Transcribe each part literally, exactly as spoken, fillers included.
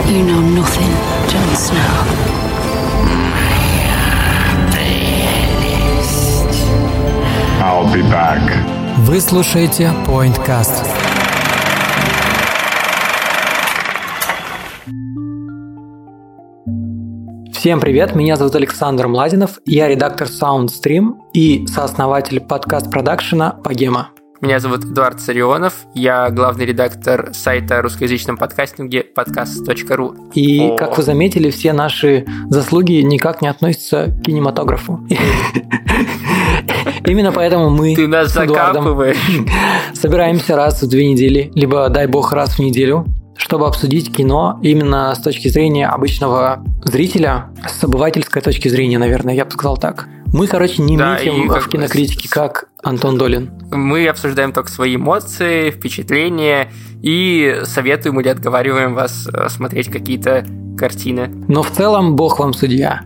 You know nothing, Jon Snow. I'll be back. Вы слушаете PointCast. Всем привет, меня зовут Александр Младинов, я редактор SoundStream и сооснователь подкаст-продакшена «Богема». Меня зовут Эдуард Сарионов, я главный редактор сайта о русскоязычном подкастинге подкаст точка ру. И, О. как вы заметили, все наши заслуги никак не относятся к кинематографу. Именно поэтому мы Ты нас с Эдуардом закапываешь. собираемся раз в две недели, либо, дай бог, раз в неделю, чтобы обсудить кино именно с точки зрения обычного зрителя, с обывательской точки зрения, наверное, я бы сказал так. Мы, короче, не Да, метим и как в кинокритике, как Антон Долин. Мы обсуждаем только свои эмоции, впечатления и советуем или отговариваем вас смотреть какие-то картины. Но в целом бог вам судья.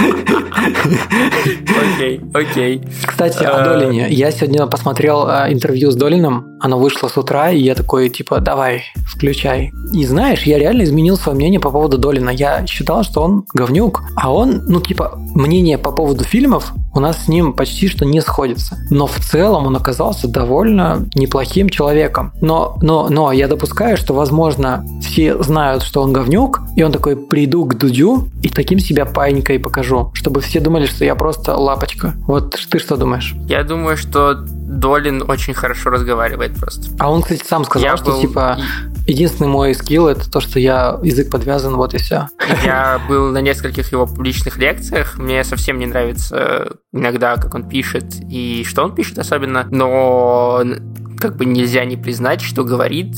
Окей, окей. Кстати, о Долине. Я сегодня посмотрел интервью с Долиным. Оно вышло с утра, и я такой, типа, давай, включай. И знаешь, я реально изменил свое мнение по поводу Долина. Я считал, что он говнюк, а он, ну, типа, мнение по поводу фильмов у нас с ним почти что не сходится. Но в целом он оказался довольно неплохим человеком. Но, но, но я допускаю, что, возможно, все знают, что он говнюк, и он такой, приду к Дудю и таким себя паинькой покажу, чтобы все думали, что я просто лапочка. Вот ты что думаешь? Я думаю, что Долин очень хорошо разговаривает просто. А он, кстати, сам сказал, Я что был... типа единственный мой скилл — это то, что я язык подвязан, вот и все. Я был на нескольких его публичных лекциях. Мне совсем не нравится иногда, как он пишет и что он пишет особенно, но как бы нельзя не признать, что говорит,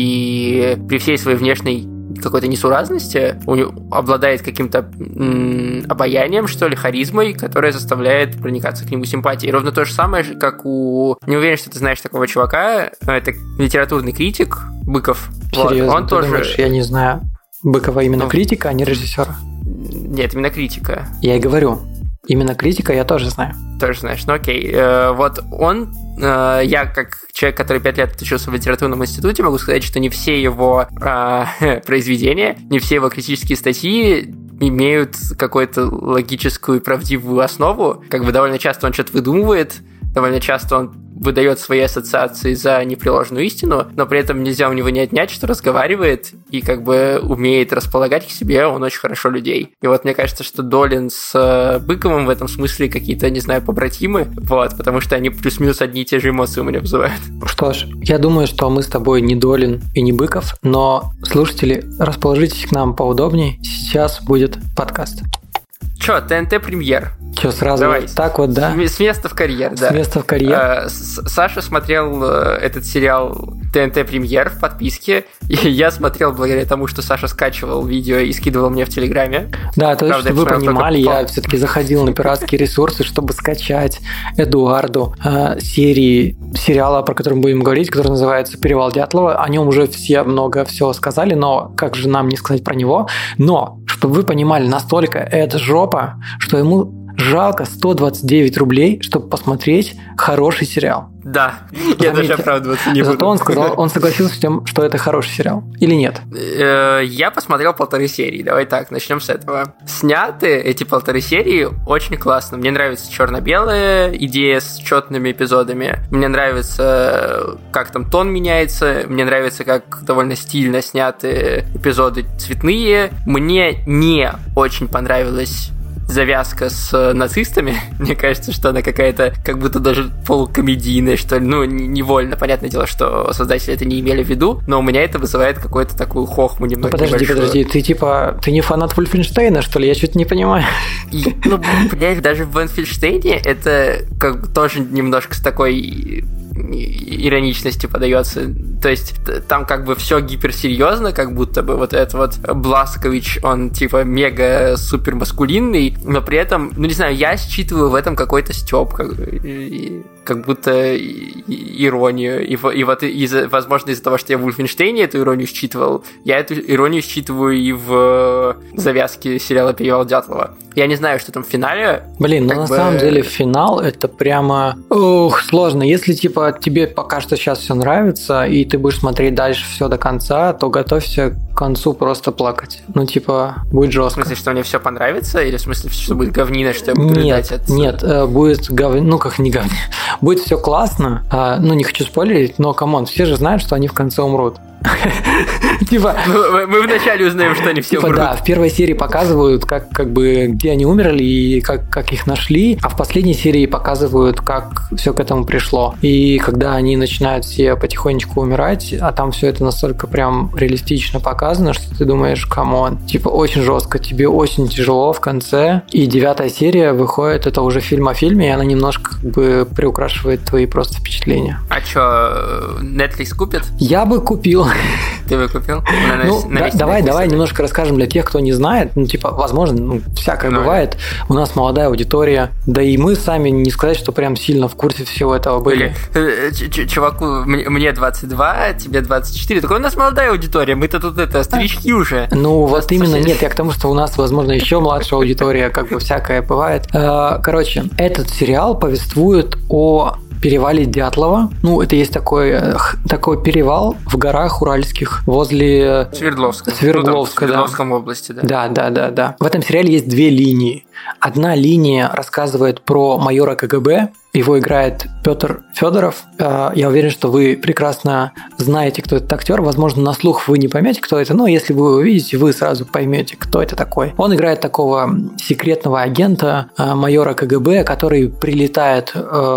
и при всей своей внешней какой-то несуразности он обладает каким-то м- обаянием, что ли, харизмой, которая заставляет проникаться к нему симпатией. Ровно то же самое, как у... Не уверен, что ты знаешь такого чувака. Это литературный критик Быков. Серьезно, вот. Он ты тоже... думаешь, я не знаю. Быкова именно ну, критика, а не режиссера? Нет, именно критика. Я и говорю. Именно критика я тоже знаю. Тоже знаешь, ну окей. Э, вот он, э, я как человек, который пять лет отучился в литературном институте, могу сказать, что не все его э, произведения, не все его критические статьи имеют какую-то логическую и правдивую основу. Как бы довольно часто он что-то выдумывает, довольно часто он выдает свои ассоциации за непреложную истину, но при этом нельзя у него не отнять, что разговаривает и как бы умеет располагать к себе, он очень хорошо людей. И вот мне кажется, что Долин с Быковым в этом смысле какие-то, не знаю, побратимы, вот, потому что они плюс-минус одни и те же эмоции у меня вызывают. Что ж, я думаю, что мы с тобой не Долин и не Быков, но, слушатели, расположитесь к нам поудобнее, сейчас будет подкаст. Чё, ТНТ премьер? Че, сразу Давай. Так вот, да? С места в карьер, да. С места в карьер. Саша смотрел этот сериал ТНТ премьер в подписке, и я смотрел благодаря тому, что Саша скачивал видео и скидывал мне в Телеграме. Да, то есть, Правда, чтобы вы понимали, только... я все-таки заходил на пиратские ресурсы, чтобы скачать Эдуарду э, серии сериала, про который мы будем говорить, который называется «Перевал Дятлова». О нем уже все много всего сказали, но как же нам не сказать про него? Но, чтобы вы понимали, настолько это жопа, что ему жалко сто двадцать девять рублей, чтобы посмотреть хороший сериал. Да, я даже оправдываться не буду. Зато он сказал, он согласился с тем, что это хороший сериал. Или нет? Я посмотрел полторы серии. Давай так, начнем с этого. Сняты эти полторы серии очень классно. Мне нравится черно-белая идея с четными эпизодами. Мне нравится, как там тон меняется. Мне нравится, как довольно стильно сняты эпизоды цветные. Мне не очень понравилось завязка с нацистами. Мне кажется, что она какая-то как будто даже полукомедийная, что ли. Ну, невольно. Понятное дело, что создатели это не имели в виду, но у меня это вызывает какую-то такую хохму немного. Ну, подожди, небольшую. подожди, ты типа, ты не фанат Вольфенштейна, что ли? Я что-то не понимаю. И, ну, блядь, даже в Вольфенштейне это как бы тоже немножко с такой ироничности подается. То есть там как бы все гиперсерьезно, как будто бы вот этот вот Бласкович, он типа мега супер маскулинный, но при этом, ну не знаю, я считываю в этом какой-то стёб. Как бы, и... как будто иронию. И, и вот, из, возможно, из-за того, что я в Вольфенштейне эту иронию считывал, я эту иронию считываю и в завязке сериала «Перевал Дятлова». Я не знаю, что там в финале. Блин, ну на бы... самом деле финал это прямо... Ух, сложно. Если, типа, тебе пока что сейчас все нравится, и ты будешь смотреть дальше все до конца, то готовься к концу просто плакать. Ну, типа, будет жестко. В смысле, что мне все понравится? Или в смысле, что будет говнина, что я буду нет, летать от... Нет, будет говнина, ну, как не говнина. Будет все классно. Ну, не хочу спойлерить, но, камон, все же знают, что они в конце умрут. Типа, мы вначале узнаем, что они все умрут. Да, в первой серии показывают, как, как бы, где они умерли и как, как их нашли, а в последней серии показывают, как все к этому пришло. И когда они начинают все потихонечку умирать, а там все это настолько прям реалистично показано, что ты думаешь, камон, типа, очень жестко, тебе очень тяжело в конце. И девятая серия выходит, это уже фильм о фильме, и она немножко как бы приукрашивает твои просто впечатления. А что, Netflix купит? Я бы купил. Ты выкупил? На, ну, на да, давай, давай немножко расскажем для тех, кто не знает. Ну, типа, возможно, ну, всякое ну, бывает. У нас молодая аудитория. Да и мы сами не сказать, что прям сильно в курсе всего этого были. Ч- чуваку, мне двадцать два, тебе двадцать четыре. Такой у нас молодая аудитория. Мы-то тут это, старички уже. Ну, вот именно нет. Я к тому, что у нас, возможно, еще младшая аудитория, как бы всякое бывает. Короче, этот сериал повествует о перевале Дятлова. Ну, это есть такой, такой перевал в горах уральских возле Свердловска. Свердловска, ну, да. В Свердловской области, да. Да, да, да, да. В этом сериале есть две линии. Одна линия рассказывает про майора КГБ. Его играет Петр Федоров. Я уверен, что вы прекрасно знаете, кто этот актер. Возможно, на слух вы не поймете, кто это, но если вы его увидите, вы сразу поймете, кто это такой. Он играет такого секретного агента, майора КГБ, который прилетает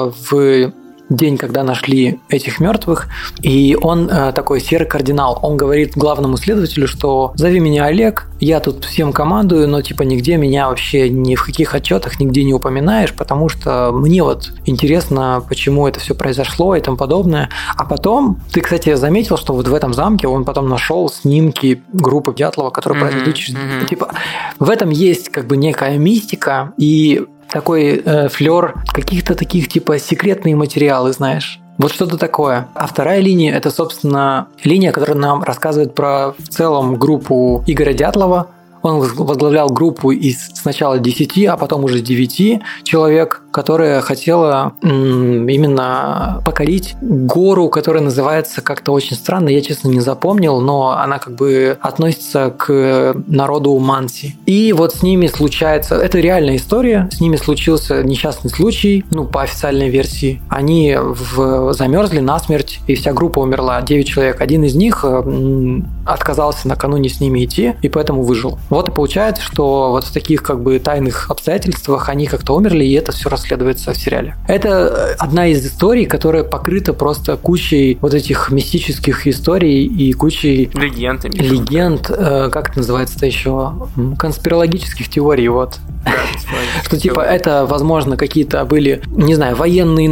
в день, когда нашли этих мертвых, и он э, такой серый кардинал. Он говорит главному следователю, что зови меня Олег, я тут всем командую, но типа нигде меня вообще ни в каких отчетах нигде не упоминаешь, потому что мне вот интересно, почему это все произошло и тому подобное. А потом, ты, кстати, заметил, что вот в этом замке он потом нашел снимки группы Дятлова, которые mm-hmm, произошли через... Mm-hmm. Типа, в этом есть как бы некая мистика, и такой э, флёр каких-то таких типа секретные материалы, знаешь. Вот что-то такое. А вторая линия – это, собственно, линия, которая нам рассказывает про в целом группу Игоря Дятлова. Он возглавлял группу из сначала десяти, а потом уже девяти человек, которая хотела м, именно покорить гору, которая называется как-то очень странно, я, честно, не запомнил, но она как бы относится к народу Манси. И вот с ними случается, это реальная история, с ними случился несчастный случай, ну, по официальной версии. Они в, замерзли насмерть, и вся группа умерла, девять человек. Один из них м, отказался накануне с ними идти, и поэтому выжил. Вот и получается, что вот в таких как бы тайных обстоятельствах они как-то умерли, и это все расследуется в сериале. Это одна из историй, которая покрыта просто кучей вот этих мистических историй и кучей легенд, легенд, э, как это называется-то еще, конспирологических теорий, вот. Да, что типа это, возможно, какие-то были, не знаю, военные...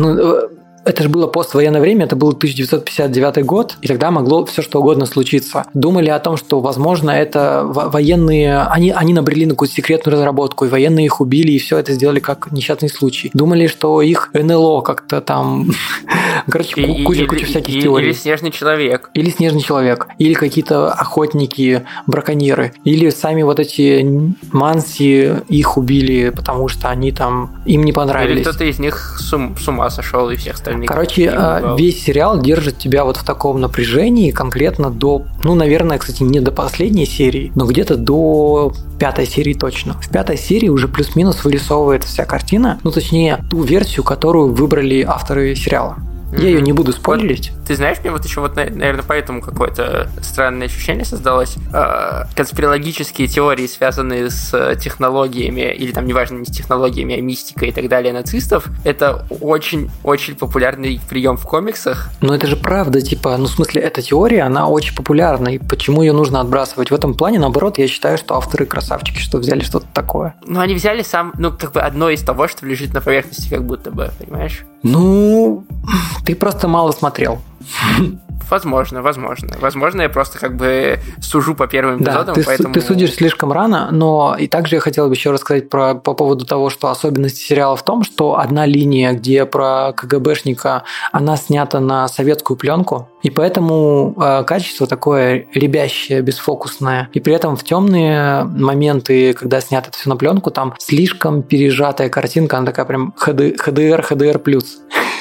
Это же было поствоенное время, это был тысяча девятьсот пятьдесят девятый год, и тогда могло все что угодно случиться. Думали о том, что, возможно, это военные... Они, они набрели на какую-то секретную разработку, и военные их убили, и все это сделали как несчастный случай. Думали, что их эн эл о как-то там... Короче, куча-куча всяких теорий. Или снежный человек. Или снежный человек. Или какие-то охотники, браконьеры. Или сами вот эти манси их убили, потому что они там... Им не понравились. Или кто-то из них с ума сошел, и всех остальных. Короче, весь сериал держит тебя вот в таком напряжении конкретно до, ну, наверное, кстати, не до последней серии, но где-то до пятой серии точно. В пятой серии уже плюс-минус вырисовывается вся картина, ну, точнее, ту версию, которую выбрали авторы сериала. Я mm-hmm. ее не буду спойлерить. Вот, ты знаешь, мне вот еще вот, наверное, поэтому какое-то странное ощущение создалось. Э, конспирологические теории, связанные с технологиями, или там, неважно, не с технологиями, а мистикой и так далее нацистов, это очень-очень популярный прием в комиксах. Но это же правда, типа, ну, в смысле, эта теория, она очень популярна, и почему ее нужно отбрасывать? В этом плане, наоборот, я считаю, что авторы красавчики, что взяли что-то такое. Ну, они взяли сам, ну, как бы одно из того, что лежит на поверхности, как будто бы, понимаешь? Ну, ты просто мало смотрел. Возможно, возможно. Возможно, я просто как бы сужу по первым эпизодам, да, ты, поэтому... ты судишь слишком рано, но и также я хотел бы еще рассказать про, по поводу того, что особенность сериала в том, что одна линия, где про КГБшника, она снята на советскую пленку, и поэтому э, качество такое рябящее, бесфокусное. И при этом в темные моменты, когда снято это все на пленку, там слишком пережатая картинка, она такая прям эйч ди ар, эйч ди ар плюс.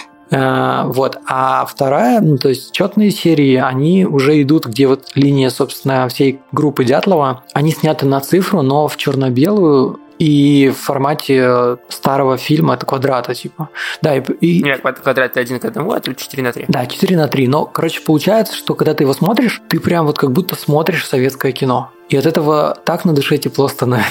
Вот. А вторая, ну, то есть четные серии, они уже идут, где вот линия, собственно, всей группы Дятлова, они сняты на цифру, но в черно-белую и в формате старого фильма от квадрата, типа. Да, и, и... Нет, квадрат один к одному, а тут четыре на три. Да, четыре на три. Но, короче, получается, что когда ты его смотришь, ты прям вот как будто смотришь советское кино. И от этого так на душе тепло становится.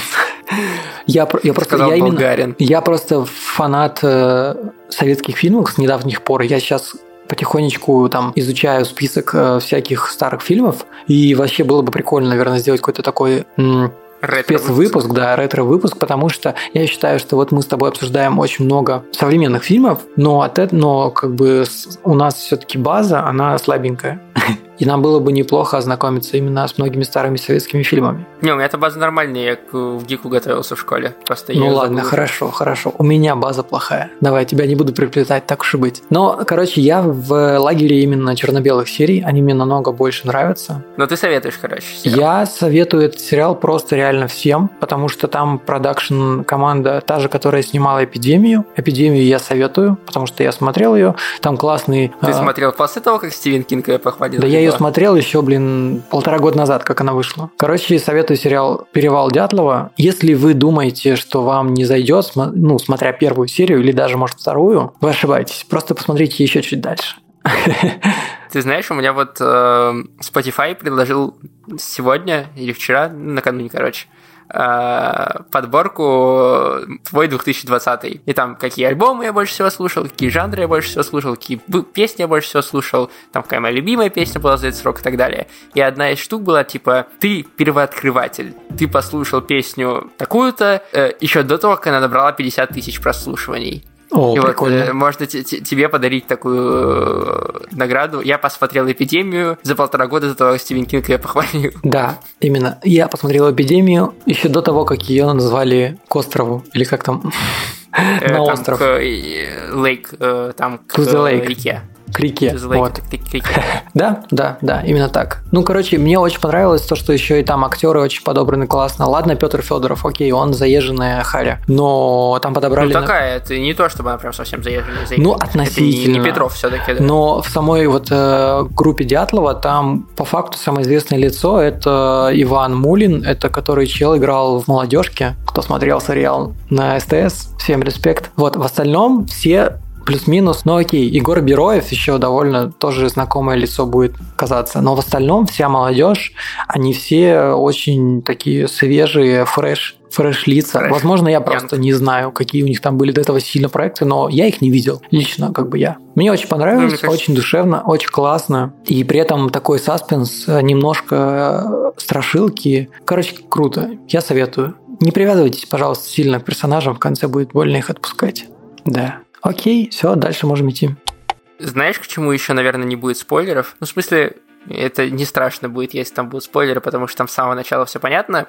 Я, я, просто, я, именно, я просто фанат э, советских фильмов с недавних пор. Я сейчас потихонечку там изучаю список э, всяких старых фильмов. И вообще было бы прикольно, наверное, сделать какой-то такой... М- спецвыпуск, да, ретро-выпуск, потому что я считаю, что вот мы с тобой обсуждаем очень много современных фильмов, но от этого, но как бы у нас все-таки база, она слабенькая. И нам было бы неплохо ознакомиться именно с многими старыми советскими фильмами. Не, у меня эта база нормальная, я в ГИКу готовился в школе. Просто ну я ладно, забыл. хорошо, хорошо. У меня база плохая. Давай, тебя не буду приплетать, так уж и быть. Но, короче, я в лагере именно черно-белых серий, они мне намного больше нравятся. Но ты советуешь, короче, сериал. Я советую этот сериал просто реально всем, потому что там продакшн команда та же, которая снимала «Эпидемию». «Эпидемию» я советую, потому что я смотрел ее. Там классный... Ты а... смотрел после того, как Стивен Кинг ее похвалил? Да, я ее смотрел еще, блин, полтора года назад, как она вышла. Короче, советую сериал «Перевал Дятлова». Если вы думаете, что вам не зайдет, ну, смотря первую серию или даже, может, вторую, вы ошибаетесь. Просто посмотрите еще чуть дальше. Ты знаешь, у меня вот э, Spotify предложил сегодня или вчера, накануне, короче, подборку твой две тысячи двадцатый. И там какие альбомы я больше всего слушал, какие жанры я больше всего слушал, какие песни я больше всего слушал, там какая моя любимая песня была за этот срок и так далее. И одна из штук была типа «Ты первооткрыватель». Ты послушал песню такую-то э, еще до того, как она набрала пятьдесят тысяч прослушиваний. О, и прикольно. вот э, можно т- т- тебе подарить такую э, награду. Я посмотрел «Эпидемию» за полтора года до того, как Стивен Кинг ее похвалил. Да, именно. Я посмотрел «Эпидемию» еще до того, как ее назвали к острову. Или как там? На остров. Лейк, там к реке. К реке. Вот. Да, да, да, именно так. Ну, короче, мне очень понравилось то, что еще и там актеры очень подобраны классно. Ладно, Петр Федоров, окей, он заезженная харя, но там подобрали... Ну, такая, это не то, чтобы она прям совсем заезженная. Ну, относительно. Это не, не Петров все-таки, да. Но в самой вот э, группе Дятлова там по факту самое известное лицо – это Иван Мулин, это который чел играл в «Молодежке», кто смотрел сериал на СТС, всем респект. Вот, в остальном все... Плюс-минус, ну окей, Егор Бероев еще довольно тоже знакомое лицо будет казаться, но в остальном вся молодежь, они все очень такие свежие, фреш, фреш-лица. Фреш. Возможно, я просто не знаю, какие у них там были до этого сильно проекты, но я их не видел, лично, как бы я. Мне очень понравилось, ну, очень душевно, очень классно, и при этом такой саспенс, немножко страшилки. Короче, круто, я советую. Не привязывайтесь, пожалуйста, сильно к персонажам, в конце будет больно их отпускать. Да. Окей, все, дальше можем идти. Знаешь, к чему еще, наверное, не будет спойлеров? Ну, в смысле, это не страшно будет, если там будут спойлеры, потому что там с самого начала все понятно.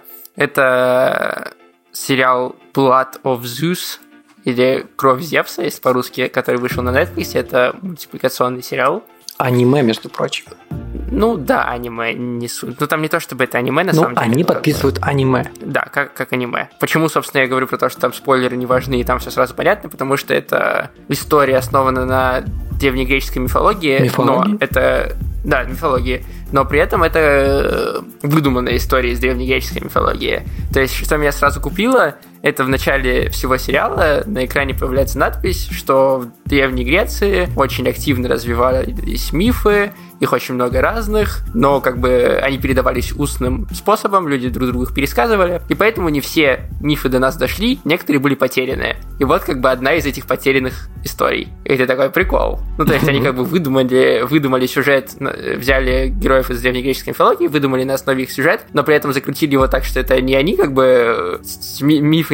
Это сериал Blood of Zeus, или Кровь Зевса, если по-русски, который вышел на Netflix. Это мультипликационный сериал. Аниме, между прочим. Ну да, аниме не суть. Ну там не то, чтобы это аниме, на ну, самом деле. Они подписывают как... аниме. Да, как, как аниме. Почему, собственно, я говорю про то, что там спойлеры не важны, и там все сразу понятно, потому что это история основана на древнегреческой мифологии. Мифологии? Но это... Да, мифологии. Но при этом это выдуманная история из древнегреческой мифологии. То есть, что меня сразу купило, это в начале всего сериала на экране появляется надпись, что в Древней Греции очень активно развивались мифы, их очень много разных, но как бы они передавались устным способом, люди друг другу их пересказывали, и поэтому не все мифы до нас дошли, некоторые были потеряны. И вот как бы одна из этих потерянных историй. И это такой прикол. Ну, то есть они как бы выдумали, выдумали сюжет, взяли героев из древнегреческой мифологии, выдумали на основе их сюжет, но при этом закрутили его так, что это не они как бы мифы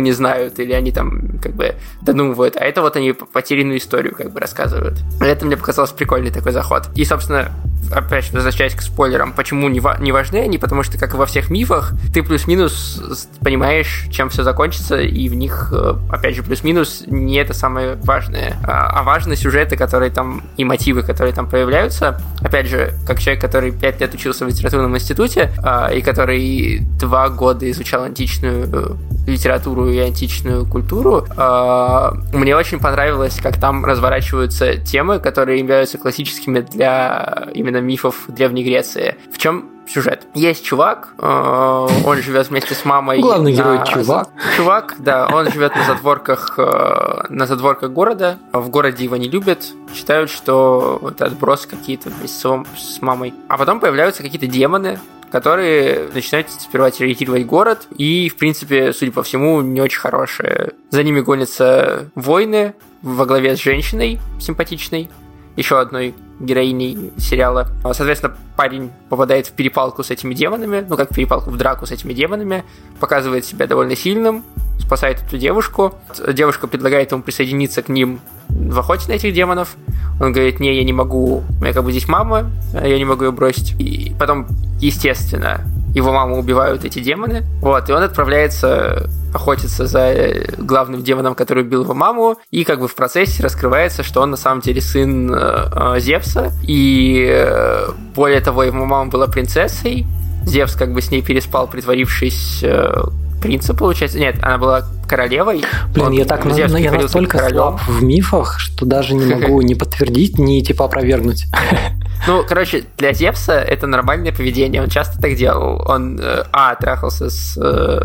и не знают, или они там как бы додумывают, а это вот они потерянную историю как бы рассказывают. Это мне показалось прикольный такой заход. И, собственно, опять же, возвращаясь к спойлерам, почему не, ва- не важны они? Потому что, как и во всех мифах, ты плюс-минус понимаешь, чем все закончится, и в них, опять же, плюс-минус не это самое важное. А, а важны сюжеты, которые там, и мотивы, которые там появляются. Опять же, как человек, который пять лет учился в литературном институте, а, и который два года изучал античную литературу и античную культуру, а, мне очень понравилось, как там разворачиваются темы, которые являются классическими для именно мифов Древней Греции. В чем сюжет? Есть чувак, э, он живет вместе с мамой. Главный на... герой чувак. Чувак, да, он живет на задворках, э, на задворках города. В городе его не любят, считают, что это отбросы какие-то вместе с мамой. А потом появляются какие-то демоны, которые начинают сперва терроризировать город, и, в принципе, судя по всему, не очень хорошие. За ними гонятся воины во главе с женщиной симпатичной, еще одной героиней сериала. Соответственно, парень попадает в перепалку с этими демонами, ну, как в перепалку, в драку с этими демонами, показывает себя довольно сильным, спасает эту девушку. Девушка предлагает ему присоединиться к ним в охоте на этих демонов. Он говорит: не, я не могу, у меня как бы здесь мама, я не могу ее бросить. И потом, естественно, его маму убивают эти демоны. Вот, и он отправляется охотиться за главным демоном, который убил его маму, и как бы в процессе раскрывается, что он на самом деле сын э, Зевса, и э, более того, его мама была принцессой, Зевс как бы с ней переспал, притворившись э, принцем, получается. Нет, она была королевой. Блин, он, я так на, я настолько слаб в мифах, что даже не могу ни подтвердить, ни типа опровергнуть. Ну, короче, для Зевса это нормальное поведение. Он часто так делал. Он, э, а, трахался с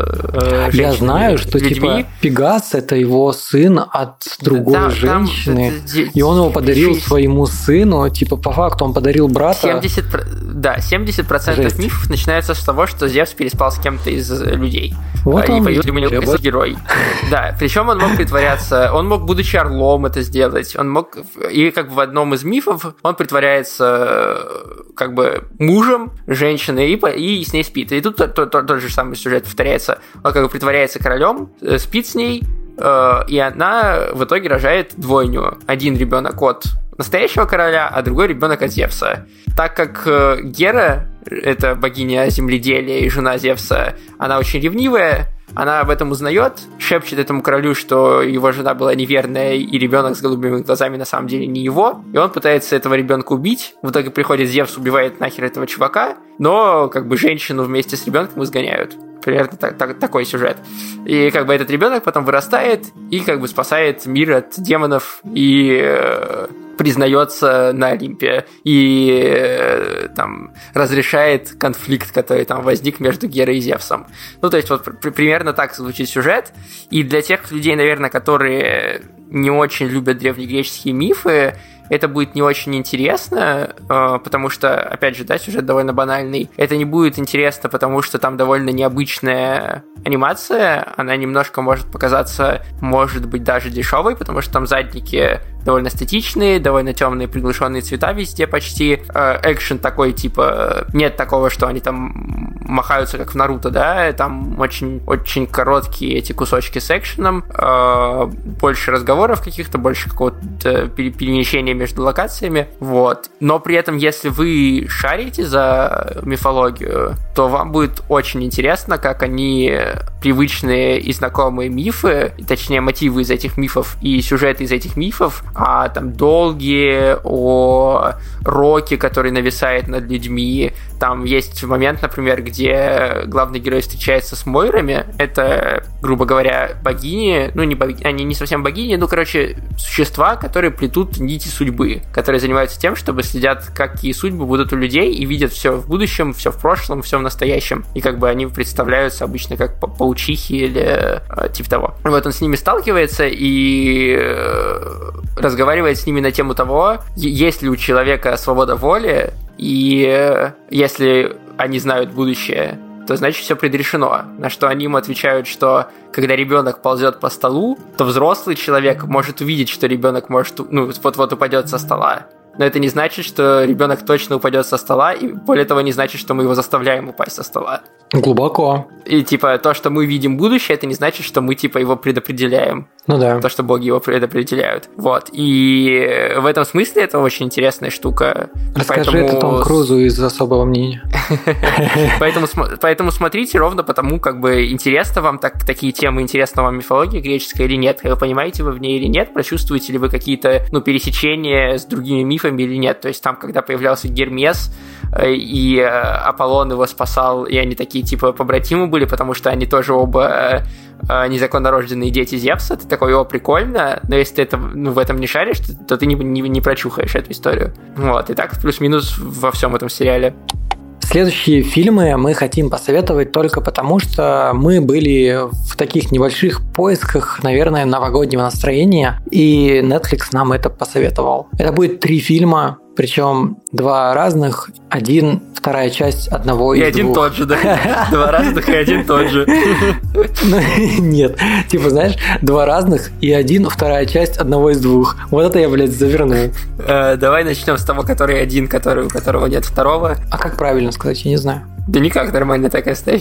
э, Я знаю, что людьми. Типа Пегас — это его сын от другой да, женщины, там, и он его подарил шесть... своему сыну. Типа, по факту он подарил брата. семьдесят, да, семьдесят процентов Жесть. Мифов начинается с того, что Зевс переспал с кем-то из людей. Вот и он появился герой. Да, причем он мог притворяться, он мог, будучи орлом, это сделать. Он мог, и как бы в одном из мифов он притворяется как бы мужем женщины и, и с ней спит. И тут тот, тот, тот же самый сюжет повторяется. Он как бы притворяется королем, спит с ней, э, и она в итоге рожает двойню. Один ребенок от настоящего короля, а другой ребенок от Зевса. Так как э, Гера, это богиня земледелия и жена Зевса, она очень ревнивая, она об этом узнает, шепчет этому королю, что его жена была неверная, и ребенок с голубыми глазами на самом деле не его, и он пытается этого ребенка убить. В итоге приходит Зевс, убивает нахер этого чувака, но как бы женщину вместе с ребенком изгоняют. Примерно так, так, такой сюжет. И как бы этот ребенок потом вырастает и как бы спасает мир от демонов и э, признается на Олимпе и э, там разрешает конфликт, который там возник между Герой и Зевсом. Ну, то есть вот при, примерно так звучит сюжет. И для тех людей, наверное, которые не очень любят древнегреческие мифы, это будет не очень интересно, потому что, опять же, да, сюжет довольно банальный. Это не будет интересно, потому что там довольно необычная анимация. Она немножко может показаться, может быть, даже дешевой, потому что там задники довольно статичные, довольно темные приглушенные цвета везде почти. Экшен такой, типа, нет такого, что они там махаются, как в Наруто, да, там очень, очень короткие эти кусочки с экшеном, больше разговоров каких-то, больше какого-то перемещения между локациями, вот. Но при этом, если вы шарите за мифологию, то вам будет очень интересно, как они привычные и знакомые мифы, точнее, мотивы из этих мифов и сюжеты из этих мифов, а там долгие, о Роке, который нависает над людьми. Там есть момент, например, где главный герой встречается с Мойрами. Это, грубо говоря, богини, ну, не богини, они не совсем богини, ну, короче, существа, которые плетут нити судьбы, которые занимаются тем, чтобы следят, какие судьбы будут у людей, и видят все в будущем, все в прошлом, все в настоящем. И как бы они представляются обычно как паучихи или э, типа того. Вот он с ними сталкивается и э, разговаривает с ними на тему того, есть ли у человека свобода воли, и э, если они знают будущее, то значит все предрешено. На что они ему отвечают, что когда ребенок ползет по столу, то взрослый человек может увидеть, что ребенок может, ну, вот-вот упадет со стола. но это не значит, что ребенок точно упадет со стола, и более того, не значит, что мы его заставляем упасть со стола. Глубоко. И, типа, то, что мы видим будущее, это не значит, что мы, типа, его предопределяем. Ну да. То, что боги его предопределяют. Вот. И в этом смысле это очень интересная штука. Расскажи поэтому... это Тому Крузу из особого мнения. Поэтому, поэтому смотрите ровно потому, как бы интересно вам так, такие темы, интересна вам мифология греческая или нет. Вы понимаете вы в ней или нет, прочувствуете ли вы какие-то ну, пересечения с другими мифами или нет. То есть там, когда появлялся Гермес, и Аполлон его спасал, и они такие типа побратимы были, потому что они тоже оба незаконно рожденные дети Зевса. Ты такой, о, прикольно, но если ты это, ну, в этом не шаришь, то, то ты не, не, не прочухаешь эту историю. Вот, и так плюс-минус во всем этом сериале. Следующие фильмы мы хотим посоветовать только потому, что мы были в таких небольших поисках, наверное, новогоднего настроения, и Netflix нам это посоветовал. Это будет три фильма, причем два разных, один, вторая часть одного из двух. И один тот же, да? Два разных и один тот же. Нет, типа, знаешь, два разных и один, вторая часть одного из двух. Вот это я, блядь, завернул. Давай начнем с того, который один, который, у которого нет второго. А как правильно сказать, я не знаю. Да никак, нормально так и оставь.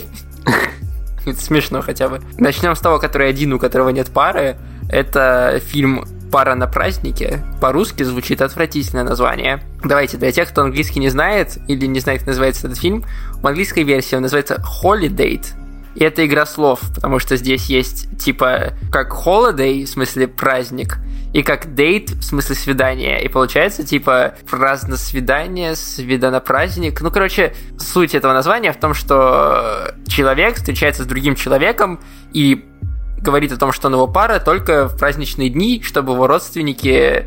Это смешно хотя бы. Начнем с того, который один, у которого нет пары. Это фильм «Пара на празднике». По-русски звучит отвратительное название. Давайте, для тех, кто английский не знает или не знает, как называется этот фильм, в английской версии он называется «Holiday». И это игра слов, потому что здесь есть типа как holiday, в смысле праздник, и как date, в смысле свидание. И получается типа праздносвидание, свиданопраздник. Ну, короче, суть этого названия в том, что человек встречается с другим человеком и говорит о том, что он его пара только в праздничные дни, чтобы его родственники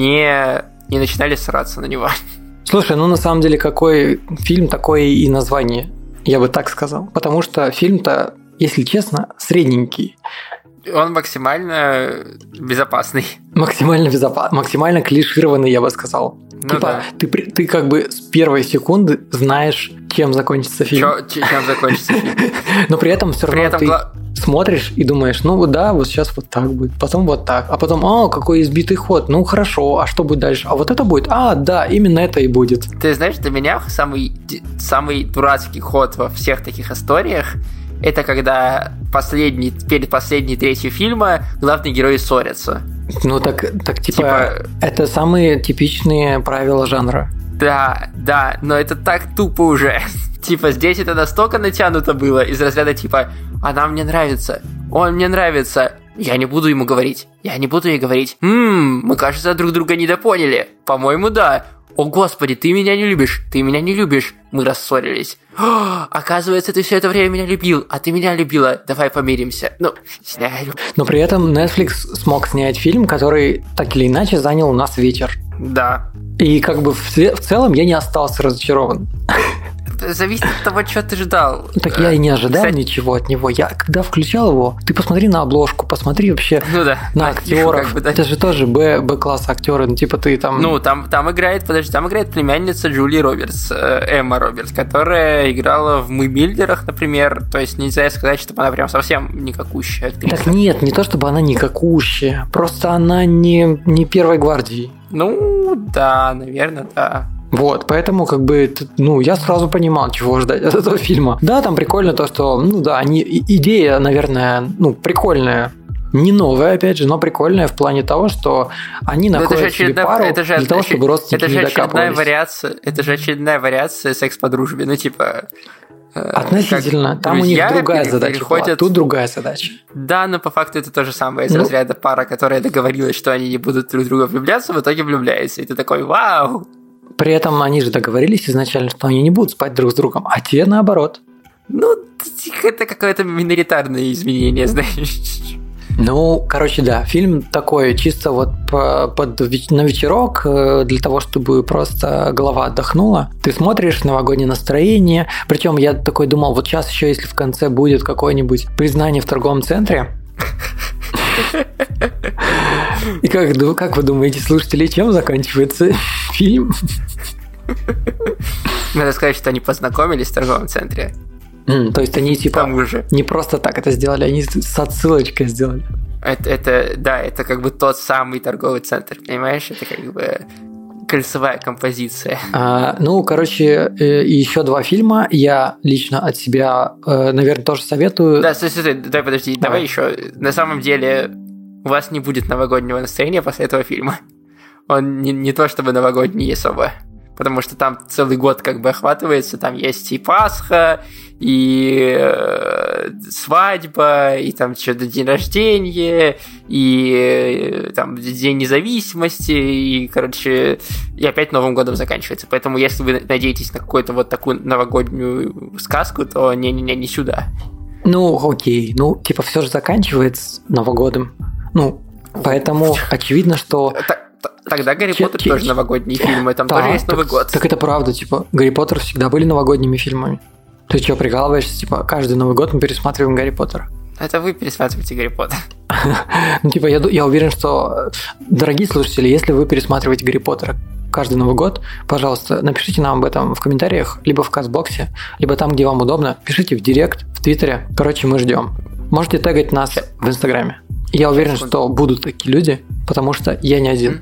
не, не начинали сраться на него. Слушай, ну на самом деле какой фильм, такое и название. Я бы так сказал. Потому что фильм-то, если честно, средненький. Он максимально безопасный. Максимально безопасный, максимально клишированный, я бы сказал. Ну типа, да. ты, ты как бы с первой секунды знаешь, чем закончится фильм. Чё, чем закончится фильм. Но при этом все равно ты смотришь и думаешь, ну да, вот сейчас вот так будет, потом вот так, а потом, а, какой избитый ход, ну хорошо, а что будет дальше? А вот это будет? А, да, именно это и будет. Ты знаешь, для меня самый, самый дурацкий ход во всех таких историях это когда последний, перед последней третью фильма главные герои ссорятся. Ну так, так типа, типа, это самые типичные правила жанра. Да, да, но это так тупо уже. Типа, здесь это настолько натянуто было из разряда типа, она мне нравится, он мне нравится, я не буду ему говорить, я не буду ей говорить. Ммм, мы, кажется, друг друга недопоняли. По-моему, да. О, господи, ты меня не любишь, ты меня не любишь. Мы рассорились. О, оказывается, ты все это время меня любил, а ты меня любила. Давай помиримся. Ну, знаю. Но при этом Netflix смог снять фильм, который так или иначе занял у нас вечер. Да. И как бы в, в целом я не остался разочарован. Зависит от того, что ты ждал. Так я и не ожидал Кстати... ничего от него. Я когда включал его, ты посмотри на обложку, посмотри вообще ну, да. на актеров. Как бы, да. Это же тоже Б, Б-класс актеры. Ну, типа ты там. Ну, там, там играет, подожди, там играет племянница Джули Робертс, Эмма Робертс, которая играла в «Мы Биллерах», например. То есть нельзя сказать, чтобы она прям совсем никакущая актриса. Так нет, не то чтобы она никакущая. Просто она не, не первой гвардии. Ну, да, наверное, да. Вот, поэтому как бы, ну, я сразу понимал, чего ждать от этого фильма. Да, там прикольно то, что, ну да, они, идея, наверное, ну, прикольная. Не новая, опять же, но прикольная в плане того, что они находят себе пару это же, для того, чтобы родственники это же не докапывались. Вариация, это же очередная вариация секс по дружбе. Ну, типа... Относительно. Там у них другая задача переходят... была, тут другая задача. Да, но по факту это то же самое из ну... разряда пара, которая договорилась, что они не будут друг друга влюбляться, в итоге влюбляются. И ты такой, вау! При этом они же договорились изначально, что они не будут спать друг с другом, а те наоборот. Ну, это какое-то миноритарное изменение, знаешь. Ну, короче, да, фильм такой чисто вот под, на вечерок, для того, чтобы просто голова отдохнула. Ты смотришь, новогоднее настроение. Причем я такой думал, вот сейчас еще, если в конце будет какое-нибудь признание в торговом центре. И как, как вы думаете, слушатели, чем заканчивается фильм? Надо сказать, что они познакомились в торговом центре. Mm, то есть они типа не просто так это сделали, они с отсылочкой сделали. Это, это, да, это как бы тот самый торговый центр, понимаешь? Это как бы кольцевая композиция. А, ну, короче, э, еще два фильма я лично от себя, э, наверное, тоже советую. Да, стой, стой, стой, давай, подожди, давай. давай еще. На самом деле, у вас не будет новогоднего настроения после этого фильма. Он не, не то чтобы новогодний особо. Потому что там целый год как бы охватывается, там есть и Пасха, и э, свадьба, и там что-то день рождения, и э, там День независимости, и, короче, и опять Новым годом заканчивается. Поэтому если вы надеетесь на какую-то вот такую новогоднюю сказку, то не-не-не, не сюда. Ну, окей, ну, типа, все же заканчивается Новым годом. Ну, поэтому очевидно, что... Тогда Гарри Че- Поттер че- тоже новогодние фильмы, там да, тоже есть так, Новый год. Так это правда, типа, Гарри Поттер всегда были новогодними фильмами. Ты что, прикалываешься? Типа, каждый Новый год мы пересматриваем Гарри Поттера. Это вы пересматриваете Гарри Поттер. Ну, типа, я, я уверен, что, дорогие слушатели, если вы пересматриваете Гарри Поттера каждый Новый год, пожалуйста, напишите нам об этом в комментариях, либо в Кастбоксе, либо там, где вам удобно. Пишите в Директ, в Твиттере. Короче, мы ждем. Можете тегать нас в Инстаграме. Я уверен, что будут такие люди, потому что я не один.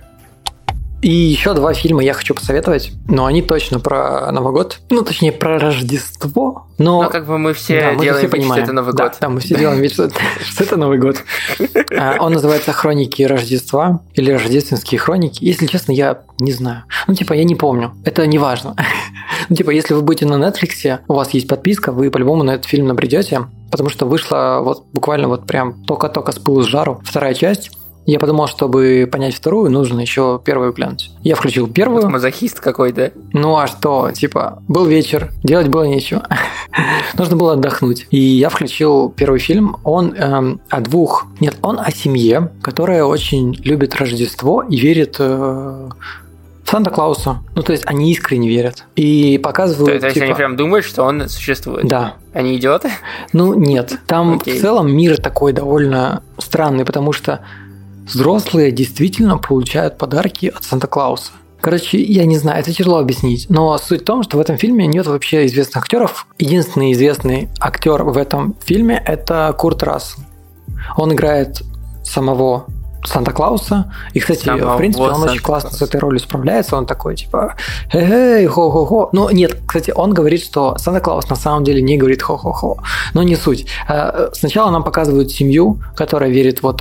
И еще два фильма я хочу посоветовать, но они точно про Новый год, ну, точнее, про Рождество. Но, но как бы мы все да, мы делаем все вид, понимаем. что это Новый да, год. Да, мы все делаем вид, что это Новый год. Он называется «Хроники Рождества» или «Рождественские хроники». Если честно, я не знаю. Ну, типа, я не помню. Это не важно. Ну, типа, если вы будете на Netflix, у вас есть подписка, вы по-любому на этот фильм набредете, потому что вышла вот буквально вот прям только-только с пылу с жару вторая часть. Я подумал, чтобы понять вторую, нужно еще первую глянуть. Я включил первую. Вот мазохист какой-то. Ну а что, типа, был вечер, делать было нечего. Нужно было отдохнуть. И я включил первый фильм. Он эм, о двух... Нет, он о семье, которая очень любит Рождество и верит... Э, в Санта-Клауса. Ну, то есть они искренне верят. И показывают... То, то есть типа... они прям думают, что он существует? Да. Они идиоты? Ну, нет. Там Окей. в целом мир такой довольно странный, потому что взрослые действительно получают подарки от Санта-Клауса. Короче, я не знаю, это тяжело объяснить. Но суть в том, что в этом фильме нет вообще известных актеров. Единственный известный актер в этом фильме – это Курт Рассел. Он играет самого Санта-Клауса. И, кстати, Самого в принципе, он Санта-Клауса. очень классно с этой ролью справляется. Он такой, типа, хе-хей, хо-хо-хо. Но нет, кстати, он говорит, что Санта-Клаус на самом деле не говорит хо-хо-хо. Но не суть. Сначала нам показывают семью, которая верит вот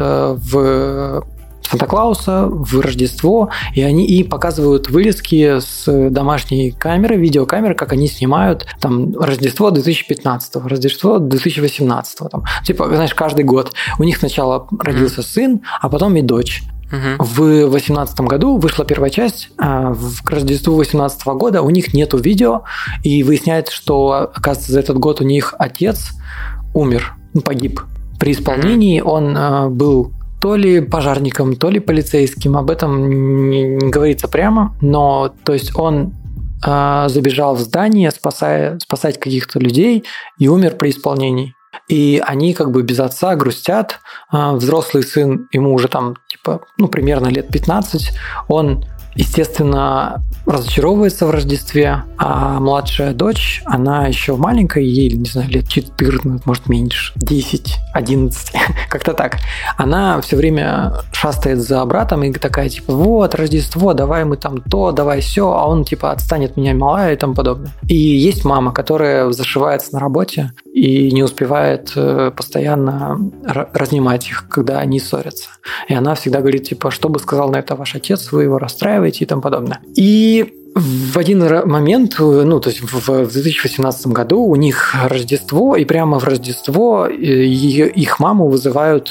в Санта-Клауса, в Рождество, и они и показывают вырезки с домашней камеры, видеокамеры, как они снимают там Рождество две тысячи пятнадцатого, Рождество две тысячи восемнадцатого. Там. Типа, знаешь, каждый год. У них сначала родился mm-hmm. сын, а потом и дочь. Uh-huh. В две тысячи восемнадцатом году вышла первая часть, а в к Рождеству две тысячи восемнадцатого года у них нету видео, и выясняется, что, оказывается, за этот год у них отец умер, погиб. При исполнении uh-huh. он а, был то ли пожарником, то ли полицейским, об этом не, не говорится прямо, но то есть он а, забежал в здание, спасая, спасать каких-то людей и умер при исполнении. И они как бы без отца грустят. Взрослый сын, ему уже там типа, ну, примерно лет пятнадцать, он, естественно, разочаровывается в Рождестве, а младшая дочь, она еще маленькая, ей, не знаю, лет четырнадцать, может, меньше, десять, одиннадцать, как-то так. Она все время шастает за братом и такая, типа, вот, Рождество, давай мы там то, давай все, а он, типа, отстанет от меня, малая и тому подобное. И есть мама, которая зашивается на работе и не успевает постоянно разнимать их, когда они ссорятся. И она всегда говорит, типа, что бы сказал на это ваш отец, вы его расстраиваете и тому подобное. И в один момент, ну, то есть в две тысячи восемнадцатом году у них Рождество, и прямо в Рождество их маму вызывают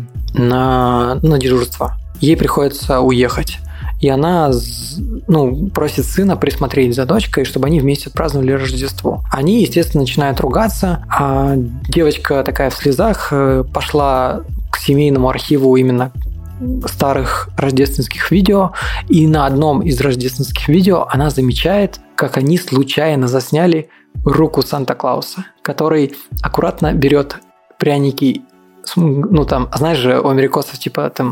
на, на дежурство. Ей приходится уехать. И она, ну, просит сына присмотреть за дочкой, чтобы они вместе отпраздновали Рождество. Они, естественно, начинают ругаться, а девочка такая в слезах пошла к семейному архиву именно старых рождественских видео, и на одном из рождественских видео она замечает, как они случайно засняли руку Санта-Клауса, который аккуратно берет пряники, ну там, знаешь же, у америкосов типа там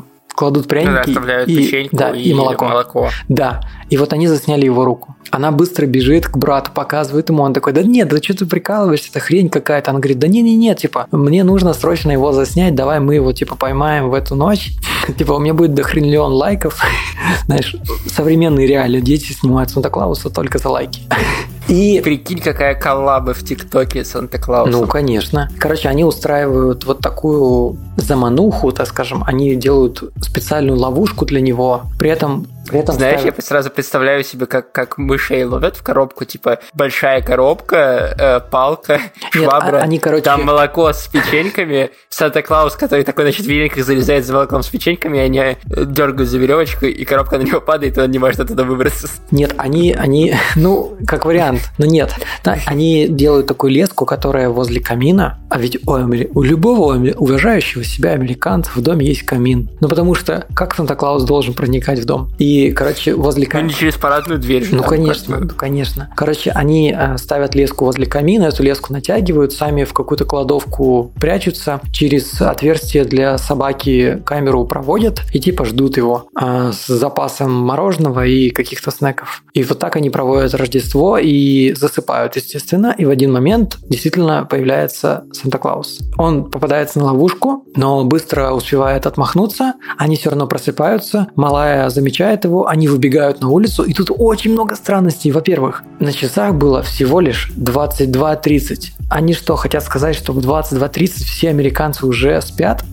кладут пряники ну, да, оставляют и, печеньку да, и, и молоко. молоко. Да, и вот они засняли его руку. Она быстро бежит к брату, показывает ему, он такой, да нет, да что ты прикалываешься, это хрень какая-то. Она говорит, да не-не-не, типа, мне нужно срочно его заснять, давай мы его, типа, поймаем в эту ночь. Типа, у меня будет дохренлион лайков. Знаешь, современные реалии, дети снимают Санта-Клауса только за лайки. И... Прикинь, какая коллаба в ТикТоке Санта-Клауса. Ну, конечно. Короче, они устраивают вот такую замануху, так скажем. Они делают специальную ловушку для него. При этом... При этом Знаешь, ставят... я сразу представляю себе, как, как мышей ловят в коробку. Типа, большая коробка, э, палка, швабра. Нет, они, короче... Там молоко с печеньками. Санта-Клаус, который такой, значит, в вениках залезает за молоком с печеньками, они дергают за веревочку, и коробка на него падает, и он не может оттуда выбраться. Нет, они... они ну, как вариант. Но нет. Да, они делают такую леску, которая возле камина. А ведь у, у любого уважающего себя американца в доме есть камин. Ну, потому что как Санта-Клаус должен проникать в дом? И, короче, возле камина... Ну, не через парадную дверь же. Ну, там, конечно, ну, конечно. Короче, они э, ставят леску возле камина, эту леску натягивают, сами в какую-то кладовку прячутся, через отверстие для собаки камеру проводят и типа ждут его э, с запасом мороженого и каких-то снеков. И вот так они проводят Рождество и засыпают, естественно, и в один момент действительно появляется Санта-Клаус. Он попадается на ловушку, но быстро успевает отмахнуться, они все равно просыпаются, малая замечает его, они выбегают на улицу, и тут очень много странностей. Во-первых, на часах было всего лишь двадцать два тридцать. Они что, хотят сказать, что в двадцать два тридцать все американцы уже спят?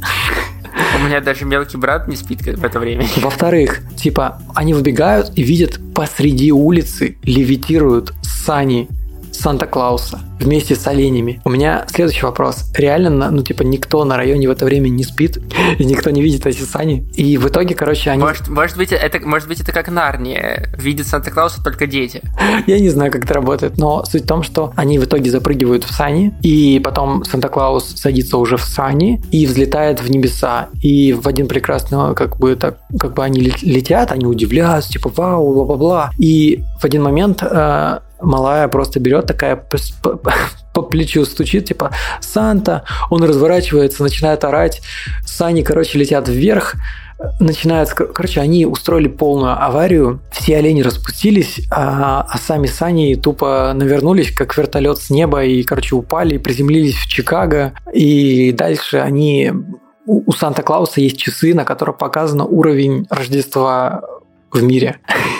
У меня даже мелкий брат не спит в это время. Во-вторых, типа, они выбегают и видят посреди улицы левитируют сани Санта-Клауса вместе с оленями. У меня следующий вопрос. Реально, ну, типа, никто на районе в это время не спит, и никто не видит эти сани. И в итоге, короче, они... Может, может, быть, это, может быть, это как Нарния. Видят Санта-Клауса только дети. Я не знаю, как это работает, но суть в том, что они в итоге запрыгивают в сани, и потом Санта-Клаус садится уже в сани и взлетает в небеса. И в один прекрасный, как бы, так, как бы они летят, они удивляются, типа, вау, бла-бла-бла. И в один момент... Э- малая просто берет такая по, по, по плечу стучит, типа «Санта!» Он разворачивается, начинает орать. Сани, короче, летят вверх. Начинают, короче, они устроили полную аварию. Все олени распустились, а, а сами сани тупо навернулись, как вертолет с неба, и, короче, упали, приземлились в Чикаго. И дальше они... У, у Санта-Клауса есть часы, на которых показано уровень Рождества в мире.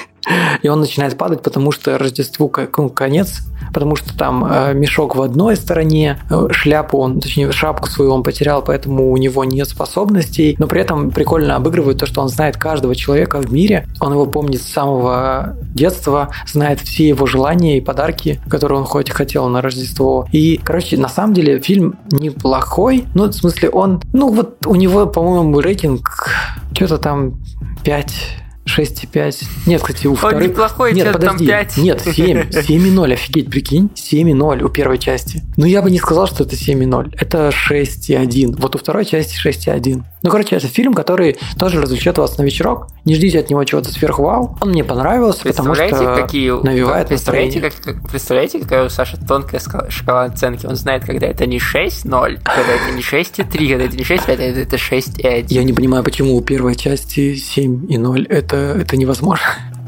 И он начинает падать, потому что Рождеству конец, потому что там э, мешок в одной стороне, э, шляпу он, точнее, шапку свою он потерял, поэтому у него нет способностей, но при этом прикольно обыгрывает то, что он знает каждого человека в мире, он его помнит с самого детства, знает все его желания и подарки, которые он хоть хотел на Рождество. И, короче, на самом деле фильм неплохой, ну, в смысле, он, ну, вот у него, по-моему, рейтинг что-то там пять... шесть и пять. Нет, кстати, у второй... Он неплохой, Нет, что-то подожди. там пять. Нет, семь. семь и ноль, офигеть, прикинь. семь и ноль у первой части. Ну, я бы не сказал, что это семь и ноль. Это шесть и один. Вот у второй части шесть и один. Ну, короче, это фильм, который тоже развлечет вас на вечерок. Не ждите от него чего-то сверхвау. Он мне понравился, потому что какие... навевает представляете, настроение. как... представляете, какая у Саши тонкая шкала оценки? Он знает, когда это не шесть ноль, когда это не шесть и три, когда это не шесть и пять, это шесть и один. Я не понимаю, почему у первой части семь и ноль. Это, это невозможно.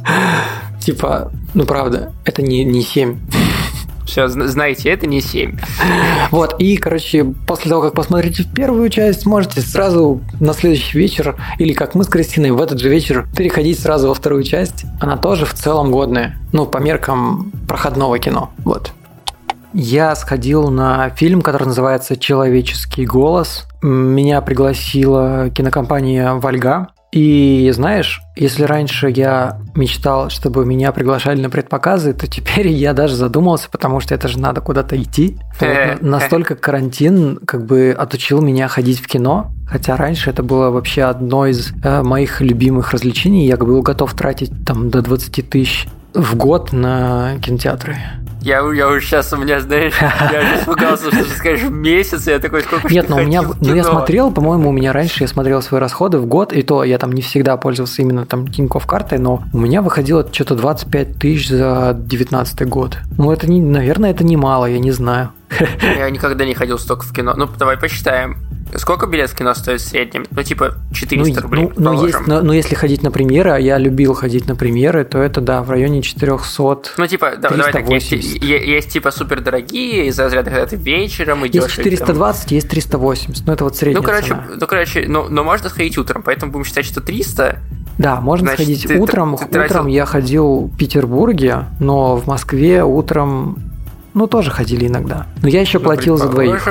Типа, ну правда, это не, не семь. Все, знаете, это не семь. Вот, и, короче, после того, как посмотрите первую часть, можете сразу на следующий вечер, или как мы с Кристиной, в этот же вечер переходить сразу во вторую часть. Она тоже в целом годная. Ну, по меркам проходного кино. Вот. Я сходил на фильм, который называется «Человеческий голос». Меня пригласила кинокомпания «Вольга». И знаешь, если раньше я мечтал, чтобы меня приглашали на предпоказы, то теперь я даже задумался, потому что это же надо куда-то идти. Вот настолько карантин как бы отучил меня ходить в кино, хотя раньше это было вообще одно из э, моих любимых развлечений. Я был готов тратить там до двадцать тысяч в год на кинотеатры. Я, я уже сейчас, у меня, знаешь, я уже испугался, что ты скажешь месяц, и я такой, сколько Нет, ты но у меня, ходил в ну кино? я смотрел, по-моему, у меня раньше я смотрел свои расходы в год, и то я там не всегда пользовался именно там Тинькофф картой, но у меня выходило что-то двадцать пять тысяч за девятнадцатый год. Ну, это, не, наверное, это немало, я не знаю. Я никогда не ходил столько в кино. Ну, давай посчитаем. Сколько билет в кино стоит в среднем? Ну, типа, четыреста ну, рублей, ну, ну, есть, но, но если ходить на премьеры, а я любил ходить на премьеры, то это, да, в районе четыреста. Ну, типа, да, давай так, есть, есть, есть типа супердорогие, из-за разряда, когда ты вечером идешь. Есть четыреста двадцать, там... есть триста восемьдесят, ну, это вот средняя ну, короче, цена. Ну, короче, ну, но можно сходить утром, поэтому будем считать, что триста. Да, можно Значит, сходить ты, утром. Ты, ты утром тратил... я ходил в Петербурге, но в Москве утром... Ну, тоже ходили иногда. Но я еще ну, платил за двоих.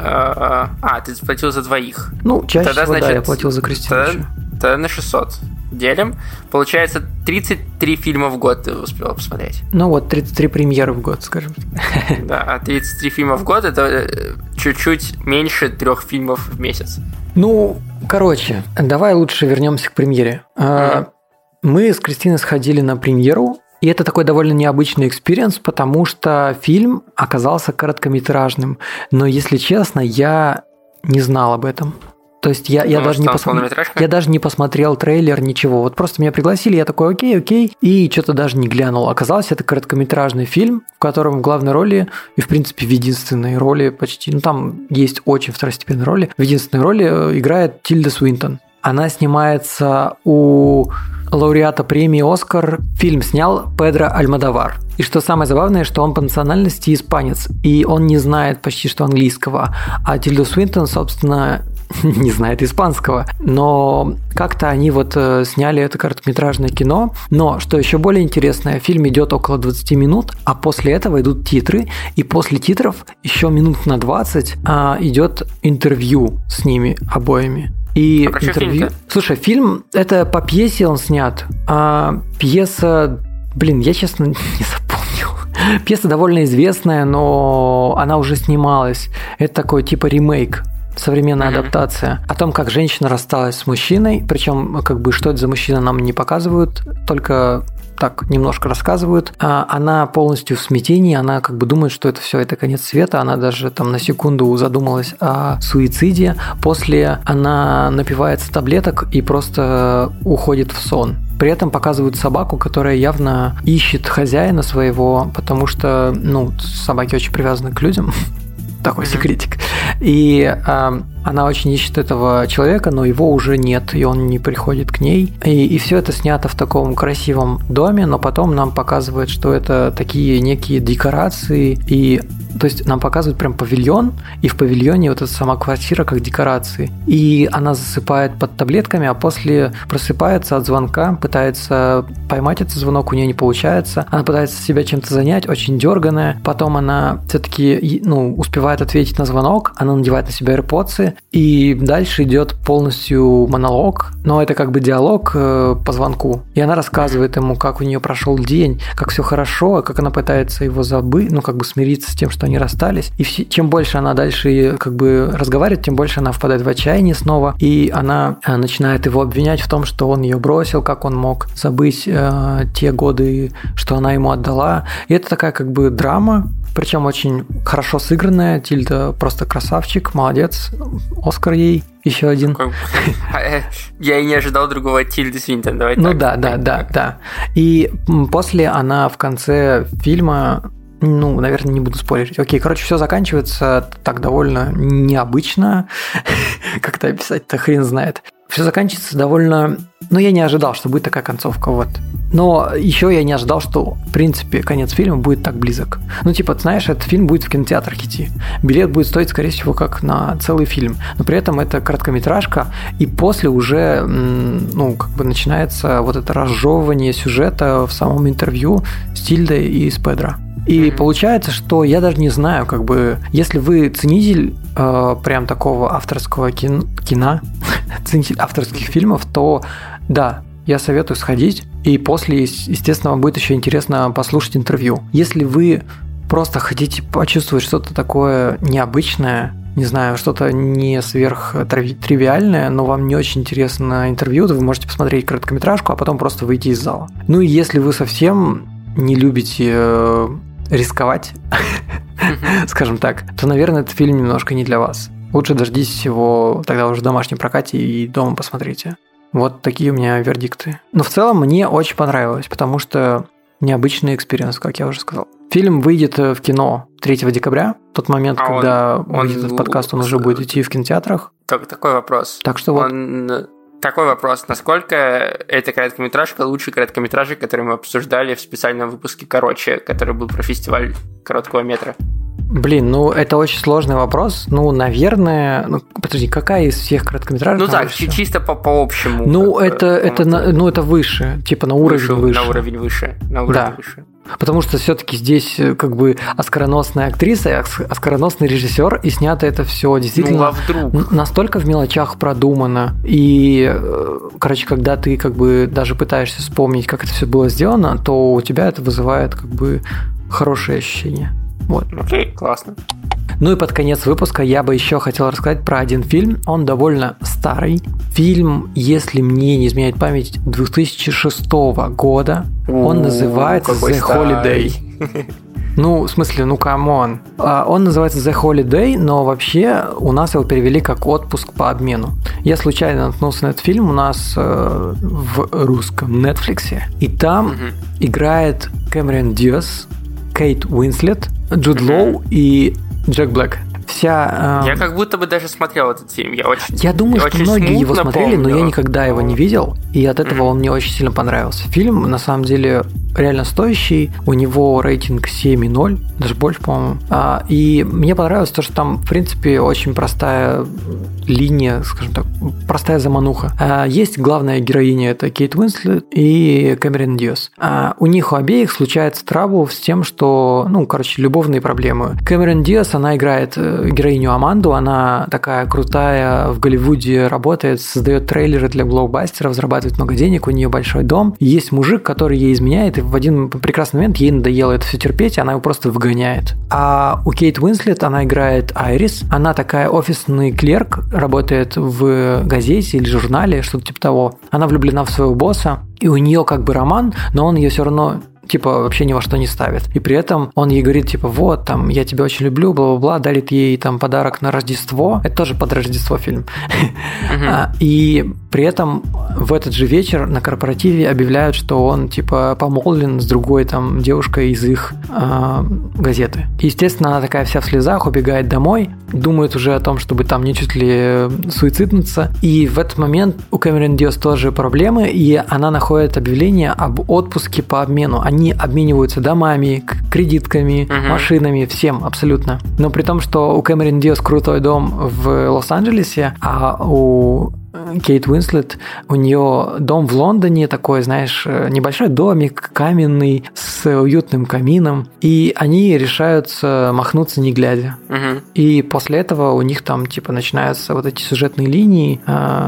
А, а, ты платил за двоих. Ну, чаще тогда, всего, значит, да, я платил за Кристину. Тогда, тогда на шестьсот делим. Получается, тридцать три фильма в год ты успел посмотреть. Ну, вот, тридцать три премьеры в год, скажем так. Да, а тридцать три фильма в год – это чуть-чуть меньше трех фильмов в месяц. Ну, короче, давай лучше вернемся к премьере. Mm-hmm. Мы с Кристиной сходили на премьеру. И это такой довольно необычный экспириенс, потому что фильм оказался короткометражным. Но, если честно, я не знал об этом. То есть я, я, даже не посмотр... я даже не посмотрел трейлер, ничего. Вот просто меня пригласили, я такой, окей, окей, и что-то даже не глянул. Оказалось, это короткометражный фильм, в котором в главной роли, и в принципе в единственной роли почти, ну там есть очень второстепенные роли, в единственной роли играет Тильда Суинтон. Она снимается у лауреата премии «Оскар». Фильм снял Педро Альмодовар. И что самое забавное, что он по национальности испанец, и он не знает почти что английского. А Тильда Суинтон, собственно, не знает испанского. Но как-то они вот сняли это короткометражное кино. Но, что еще более интересное, фильм идет около двадцать минут, а после этого идут титры. И после титров еще минут на двадцать а, идет интервью с ними обоими. И а интервью... Слушай, фильм, это по пьесе он снят. А пьеса... Блин, я, честно, не запомнил. Пьеса довольно известная, но она уже снималась. Это такой типа ремейк. Современная mm-hmm. адаптация о том, как женщина рассталась с мужчиной. Причем, как бы, что это за мужчина, нам не показывают, только так немножко рассказывают. А она полностью в смятении, она как бы думает, что это все, это конец света. Она даже там на секунду задумалась о суициде. После она напивается таблеток и просто уходит в сон. При этом показывают собаку, которая явно ищет хозяина своего, потому что, ну, собаки очень привязаны к людям. Такой mm-hmm. секретик. И э, она очень ищет этого человека, но его уже нет, и он не приходит к ней. И, и все это снято в таком красивом доме, но потом нам показывают, что это такие некие декорации. И, то есть нам показывают прям павильон, и в павильоне вот эта сама квартира как декорации. И она засыпает под таблетками, а после просыпается от звонка, пытается поймать этот звонок, у нее не получается. Она пытается себя чем-то занять, очень дерганая. Потом она все-таки, ну, успевает ответить на звонок, она надевает на себя AirPods, и дальше идет полностью монолог, но это как бы диалог по звонку. И она рассказывает ему, как у нее прошел день, как все хорошо, как она пытается его забыть, ну, как бы смириться с тем, что они расстались. И все, чем больше она дальше как бы разговаривает, тем больше она впадает в отчаяние снова, и она начинает его обвинять в том, что он ее бросил, как он мог забыть э, те годы, что она ему отдала. И это такая как бы драма, причем очень хорошо сыгранная. Тильда просто красавчик, молодец. Оскар ей еще один. Я и не ожидал другого Тильды Свинтон. Давай ну так. да, да, да, да. И после она в конце фильма, ну, наверное, не буду спойлерить. Окей, короче, все заканчивается так довольно необычно. Как-то описать-то хрен знает. Все заканчивается довольно... Ну, я не ожидал, что будет такая концовка, вот. Но еще я не ожидал, что, в принципе, конец фильма будет так близок. Ну, типа, ты знаешь, этот фильм будет в кинотеатрах идти. Билет будет стоить, скорее всего, как на целый фильм. Но при этом это короткометражка, и после уже, ну, как бы начинается вот это разжевывание сюжета в самом интервью с Тильдой и с Педро. И mm-hmm. получается, что я даже не знаю, как бы, если вы ценитель э, прям такого авторского кино, кино ценитель авторских фильмов, то да, я советую сходить, и после, естественно, вам будет еще интересно послушать интервью. Если вы просто хотите почувствовать что-то такое необычное, не знаю, что-то не сверхтривиальное, но вам не очень интересно интервью, то вы можете посмотреть короткометражку, а потом просто выйти из зала. Ну и если вы совсем не любите рисковать, скажем так, то, наверное, этот фильм немножко не для вас. Лучше дождитесь его тогда уже в домашнем прокате и дома посмотрите. Вот такие у меня вердикты. Но в целом мне очень понравилось, потому что необычный экспириенс, как я уже сказал. Фильм выйдет в кино третьего декабря. В тот момент, а когда он, выйдет он... этот подкаст, он уже будет идти в кинотеатрах. Так, такой вопрос. Так что вот... Он... Такой вопрос. Насколько эта короткометражка лучше короткометражек, которые мы обсуждали в специальном выпуске «Короче», который был про фестиваль короткого метра? Блин, ну это очень сложный вопрос. Ну, наверное... Ну, подожди, какая из всех короткометражек? Ну так, лучше? Чисто по, по общему. Ну, как, это, это, на, ну, это выше. Типа на уровень выше. выше. На уровень выше. На уровень да. выше. Потому что все-таки здесь как бы оскароносная актриса, оскароносный режиссер, и снято это все действительно ну, а настолько в мелочах продумано. И, короче, когда ты как бы даже пытаешься вспомнить, как это все было сделано, то у тебя это вызывает как бы хорошие ощущения. Вот. Окей, классно. Ну и под конец выпуска я бы еще хотел рассказать про один фильм. Он довольно старый. Фильм, если мне не изменяет память, две тысячи шестого года. Он называется The Holiday. Ну, в смысле, ну камон. Он называется The Holiday, но вообще у нас его перевели как «Отпуск по обмену». Я случайно наткнулся на этот фильм у нас в русском Netflix. И там mm-hmm. играет Кэмерон Диаз, Кейт Уинслет, Джуд Лоу и Джек Блэк. Вся, э... Я как будто бы даже смотрел этот фильм. Я, очень, я думаю, я что очень многие его смотрели, помню. но я никогда его не видел, и от этого mm-hmm. он мне очень сильно понравился. Фильм, на самом деле, реально стоящий. У него рейтинг семь и ноль, даже больше, по-моему. А, и мне понравилось то, что там, в принципе, очень простая линия, скажем так, простая замануха. А, есть главная героиня, это Кейт Уинслет и Кэмерон Диаз. А, у них у обеих случается трабл с тем, что, ну, короче, любовные проблемы. Кэмерон Диаз, она играет героиню Аманду, она такая крутая, в Голливуде работает, создает трейлеры для блокбастеров, зарабатывает много денег, у нее большой дом. Есть мужик, который ей изменяет, и в один прекрасный момент ей надоело это все терпеть, и она его просто выгоняет. А у Кейт Уинслет она играет Айрис, она такая офисный клерк, работает в газете или журнале, что-то типа того. Она влюблена в своего босса, и у нее как бы роман, но он ее все равно типа вообще ни во что не ставит. И при этом он ей говорит, типа, вот, там, я тебя очень люблю, бла-бла-бла, дарит ей там подарок на Рождество. Это тоже под Рождество фильм. Uh-huh. И при этом в этот же вечер на корпоративе объявляют, что он, типа, помолвлен с другой там девушкой из их э, газеты. И, естественно, она такая вся в слезах, убегает домой, думает уже о том, чтобы там не чуть ли суициднуться. И в этот момент у Кэмерон Диаз тоже проблемы, и она находит объявление об отпуске по обмену. Они Они обмениваются домами, кредитками, uh-huh. машинами, всем абсолютно. Но при том, что у Кэмерон Диаз крутой дом в Лос-Анджелесе, а у Кейт Уинслет, у нее дом в Лондоне, такой, знаешь, небольшой домик, каменный, с уютным камином, и они решаются махнуться не глядя. Uh-huh. И после этого у них там, типа, начинаются вот эти сюжетные линии,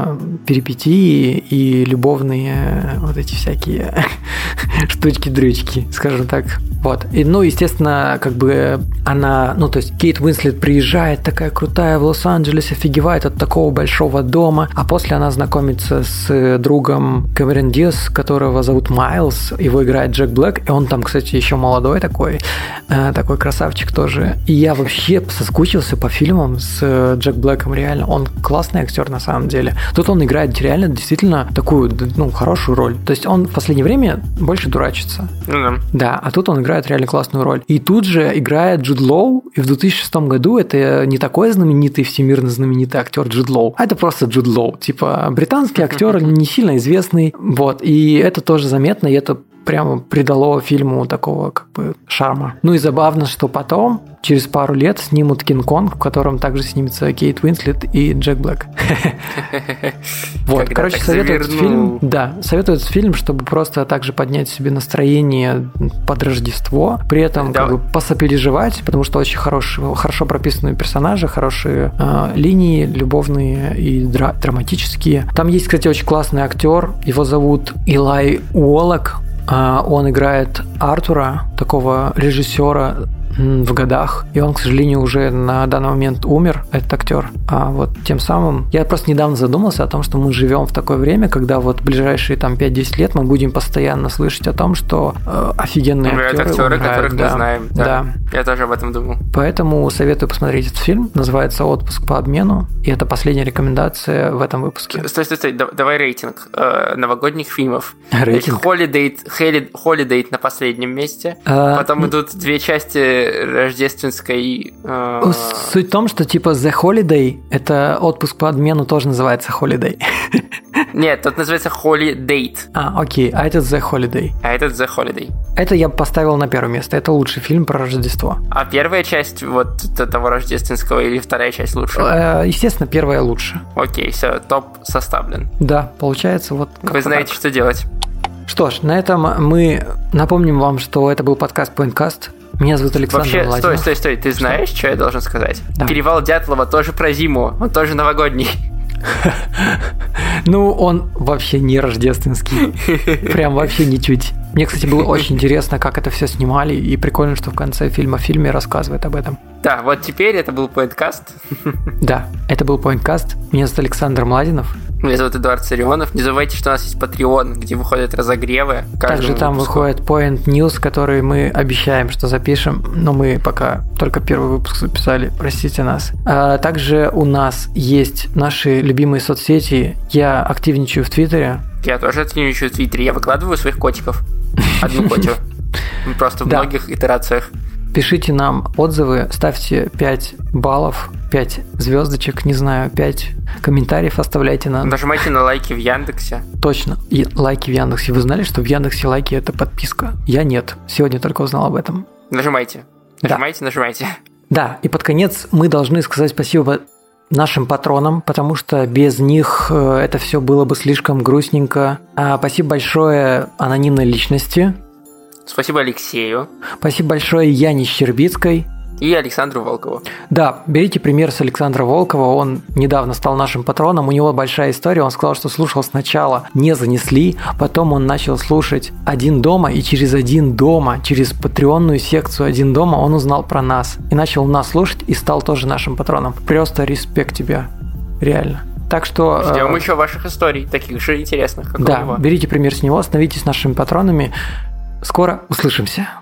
перипетии и любовные вот эти всякие штучки-дрючки, скажем так. Вот. И, ну, естественно, как бы она, ну, то есть Кейт Уинслет приезжает такая крутая в Лос-Анджелес, офигевает от такого большого дома, а после она знакомится с другом Кэмерон Диаз, которого зовут Майлз, его играет Джек Блэк, и он там, кстати, еще молодой такой, э, такой красавчик тоже. И я вообще соскучился по фильмам с Джек Блэком, реально. Он классный актер на самом деле. Тут он играет реально действительно такую, ну, хорошую роль. То есть он в последнее время больше дурачится. Mm-hmm. Да, а тут он играет реально классную роль. И тут же играет Джуд Лоу, и в две тысячи шестом году это не такой знаменитый, всемирно знаменитый актер Джуд Лоу, а это просто Джуд Лоу. Типа британский актер, не сильно известный. Вот. И это тоже заметно, и это прямо придало фильму такого как бы шарма. Ну и забавно, что потом, через пару лет, снимут «Кинг-Конг», в котором также снимется Кейт Уинслет и Джек Блэк. Вот, короче, советую этот фильм. Да, советую этот фильм, чтобы просто также поднять себе настроение под Рождество, при этом как бы посопереживать, потому что очень хорошие, хорошо прописанные персонажи, хорошие линии, любовные и драматические. Там есть, кстати, очень классный актер, его зовут Илай Уоллок. Он играет Артура, такого режиссера в годах, и он, к сожалению, уже на данный момент умер, этот актер. А вот тем самым я просто недавно задумался о том, что мы живем в такое время, когда вот в ближайшие там пять-десять лет мы будем постоянно слышать о том, что э, офигенные актеры, актеры умирают, которых да, мы знаем. Да. Да. Я тоже об этом думал. Поэтому советую посмотреть этот фильм. Называется «Отпуск по обмену», и это последняя рекомендация в этом выпуске. Стой, стой, стой, давай рейтинг э, новогодних фильмов. Рейтинг? Holiday, Holiday на последнем месте. А... Потом идут две части рождественской... Э... Суть в том, что типа The Holiday, это отпуск по обмену, тоже называется Holiday. Нет, тот называется Holiday. А, окей, а этот The Holiday. А этот The Holiday. Это я поставил на первое место, это лучший фильм про Рождество. А первая часть вот того рождественского или вторая часть лучше? Естественно, первая лучше. Окей, все, топ составлен. Да, получается вот... Вы знаете, так. Что делать. Что ж, на этом мы напомним вам, что это был подкаст Pointcast. Меня зовут Александр Вообще, Младинов. стой, стой, стой, ты знаешь, что, что я должен сказать? Да. Перевал Дятлова тоже про зиму, он тоже новогодний. Ну, он вообще не рождественский. Прям вообще ничуть. Мне, кстати, было очень интересно, как это все снимали, и прикольно, что в конце фильма в фильме рассказывает об этом. Да, вот теперь это был Pointcast. Да, это был Pointcast. Меня зовут Александр Младинов. Меня зовут Эдуард Царионов. Не забывайте, что у нас есть Patreon, где выходят разогревы. Также там выпуску. Выходит Point News, который мы обещаем, что запишем, но мы пока только первый выпуск записали, простите нас. А также у нас есть наши любимые соцсети. Я активничаю в Твиттере. Я тоже активничаю в Твиттере. Я выкладываю своих котиков. Одну котю. Просто в многих итерациях. Пишите нам отзывы, ставьте пять баллов, пять звездочек, не знаю, пять комментариев оставляйте нам. Нажимайте на лайки в Яндексе. Точно, и лайки в Яндексе. Вы знали, что в Яндексе лайки – это подписка? Я нет, сегодня только узнал об этом. Нажимайте, нажимайте, да. нажимайте. Да, и под конец мы должны сказать спасибо нашим патронам, потому что без них это все было бы слишком грустненько. А спасибо большое анонимной личности. Спасибо Алексею. Спасибо большое Яне Щербицкой. И Александру Волкову. Да, берите пример с Александра Волкова. Он недавно стал нашим патроном. У него большая история. Он сказал, что слушал сначала «Не занесли», потом он начал слушать «Один дома», и через «Один дома», через патреонную секцию «Один дома» он узнал про нас. И начал нас слушать, и стал тоже нашим патроном. Просто респект тебе. Реально. Так что... Ждем э... еще ваших историй, таких же интересных, как да, у него. Да, берите пример с него, становитесь нашими патронами. Скоро услышимся.